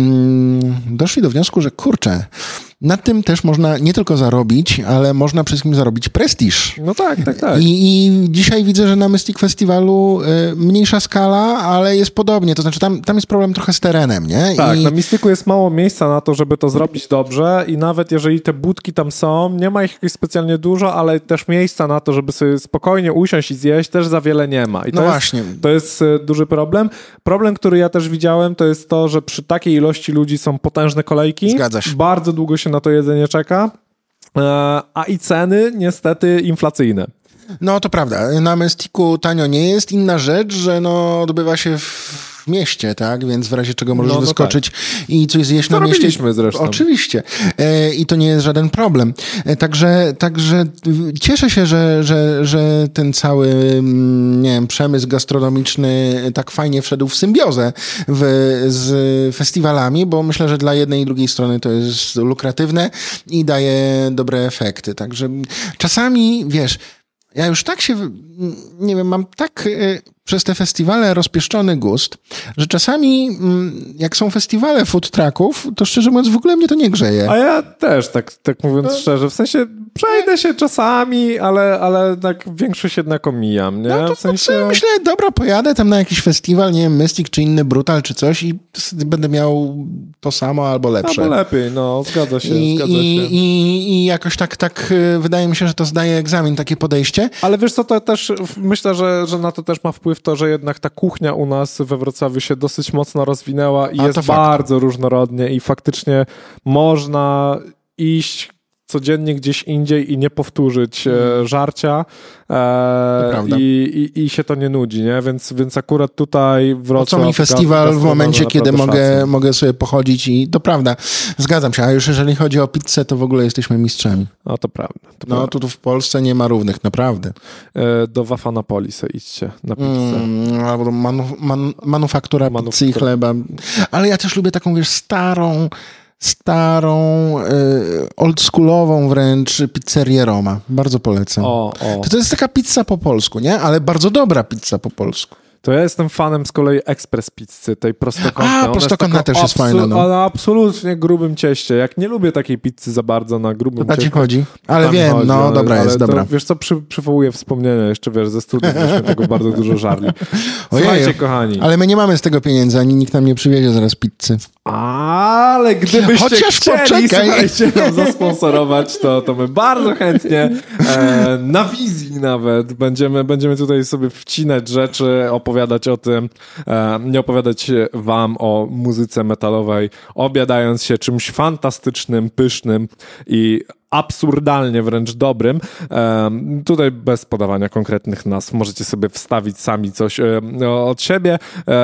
doszli do wniosku, że kurczę, na tym też można nie tylko zarobić, ale można przede wszystkim zarobić prestiż. No tak. I dzisiaj widzę, że na Mystic Festiwalu mniejsza skala, ale jest podobnie. To znaczy tam jest problem trochę z terenem, nie? Tak, na Mysticu jest mało miejsca na to, żeby to zrobić dobrze i nawet jeżeli te budki tam są, nie ma ich jakieś specjalnie dużo, ale też miejsca na to, żeby sobie spokojnie usiąść i zjeść, też za wiele nie ma. I to jest duży problem. Problem, który ja też widziałem, to jest to, że przy takiej ilości ludzi są potężne kolejki. Zgadza się. Bardzo długo się na to jedzenie czeka, a i ceny niestety inflacyjne. No to prawda, na Mysticu tanio nie jest. Inna rzecz, że odbywa się w mieście, tak? Więc w razie czego możesz wyskoczyć i coś zjeść na mieście. Robiliśmy zresztą. Oczywiście. I to nie jest żaden problem. Także cieszę się, że ten cały, nie wiem, przemysł gastronomiczny tak fajnie wszedł w symbiozę z festiwalami, bo myślę, że dla jednej i drugiej strony to jest lukratywne i daje dobre efekty. Także czasami, wiesz, ja już tak się, nie wiem, mam tak przez te festiwale rozpieszczony gust, że czasami jak są festiwale food trucków, to szczerze mówiąc w ogóle mnie to nie grzeje. A ja też, tak mówiąc szczerze, w sensie przejdę się czasami, ale tak większość jednak omijam, nie? No to w sensie... myślę, dobra, pojadę tam na jakiś festiwal, nie wiem, Mystic czy inny Brutal czy coś i będę miał to samo albo lepsze. Albo lepiej, no, zgadza się. I jakoś tak wydaje mi się, że to zdaje egzamin, takie podejście. Ale wiesz co, to też myślę, że na to też ma wpływ to, że jednak ta kuchnia u nas we Wrocławiu się dosyć mocno rozwinęła i jest bardzo różnorodnie i faktycznie można iść codziennie gdzieś indziej i nie powtórzyć żarcia i się to nie nudzi, nie? Więc akurat tutaj Wrocław... Co mi festiwal w momencie, kiedy mogę sobie pochodzić i to prawda, zgadzam się, a już jeżeli chodzi o pizzę, to w ogóle jesteśmy mistrzami. No to prawda. Tu w Polsce nie ma równych, naprawdę. Do Wafanopolisa idźcie na pizzę. Albo manufaktura pizzy i chleba. Ale ja też lubię taką, wiesz, starą, oldschoolową wręcz pizzerię Roma. Bardzo polecam. To jest taka pizza po polsku, nie? Ale bardzo dobra pizza po polsku. To ja jestem fanem z kolei Express Pizzy, tej prostokątnej. Prostokątna też jest fajna. No. Ale absolutnie grubym cieście. Jak nie lubię takiej pizzy za bardzo na grubym cieście. Ci chodzi. Ale wiem, dobra jest, dobra. Wiesz co, przywołuję wspomnienia jeszcze, wiesz, ze studiów, myśmy tego bardzo dużo żarli. Słuchajcie, kochani. Ale my nie mamy z tego pieniędzy, ani nikt nam nie przywiezie zaraz pizzy. Ale gdybyście chcieli, słuchajcie, nam zasponsorować, to my bardzo chętnie na wizji nawet będziemy tutaj sobie wcinać rzeczy, opowiadać o tym, nie opowiadać wam o muzyce metalowej, obiadając się czymś fantastycznym, pysznym i absurdalnie wręcz dobrym. Tutaj bez podawania konkretnych nazw możecie sobie wstawić sami coś od siebie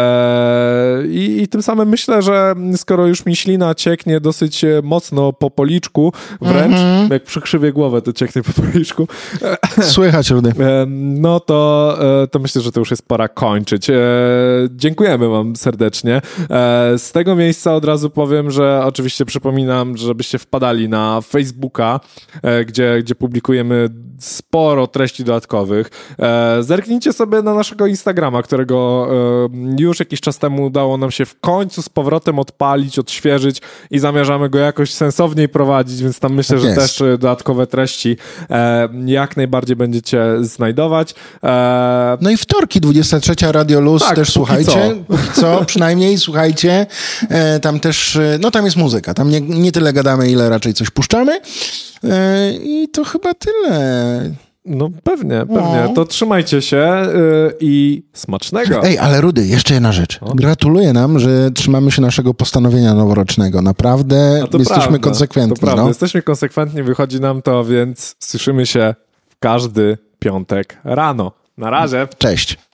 i tym samym myślę, że skoro już mi ślina cieknie dosyć mocno po policzku, wręcz jak przykrzywię głowę, to cieknie po policzku. Słychać, Rudy. No to myślę, że to już jest pora kończyć. Dziękujemy wam serdecznie. Z tego miejsca od razu powiem, że oczywiście przypominam, żebyście wpadali na Facebooka, gdzie publikujemy sporo treści dodatkowych. Zerknijcie sobie na naszego Instagrama, którego już jakiś czas temu udało nam się w końcu z powrotem odpalić, odświeżyć i zamierzamy go jakoś sensowniej prowadzić, więc tam myślę, że też dodatkowe treści jak najbardziej będziecie znajdować. No i wtorki, 23 Radio Luz, też słuchajcie. Co? Przynajmniej słuchajcie. Tam też, tam jest muzyka. Tam nie tyle gadamy, ile raczej coś puszczamy. I to chyba tyle. No pewnie. To trzymajcie się i smacznego. Ale Rudy, jeszcze jedna rzecz. Gratuluję nam, że trzymamy się naszego postanowienia noworocznego. Naprawdę jesteśmy konsekwentni. To prawda, jesteśmy konsekwentni, wychodzi nam to, więc słyszymy się w każdy piątek rano. Na razie. Cześć.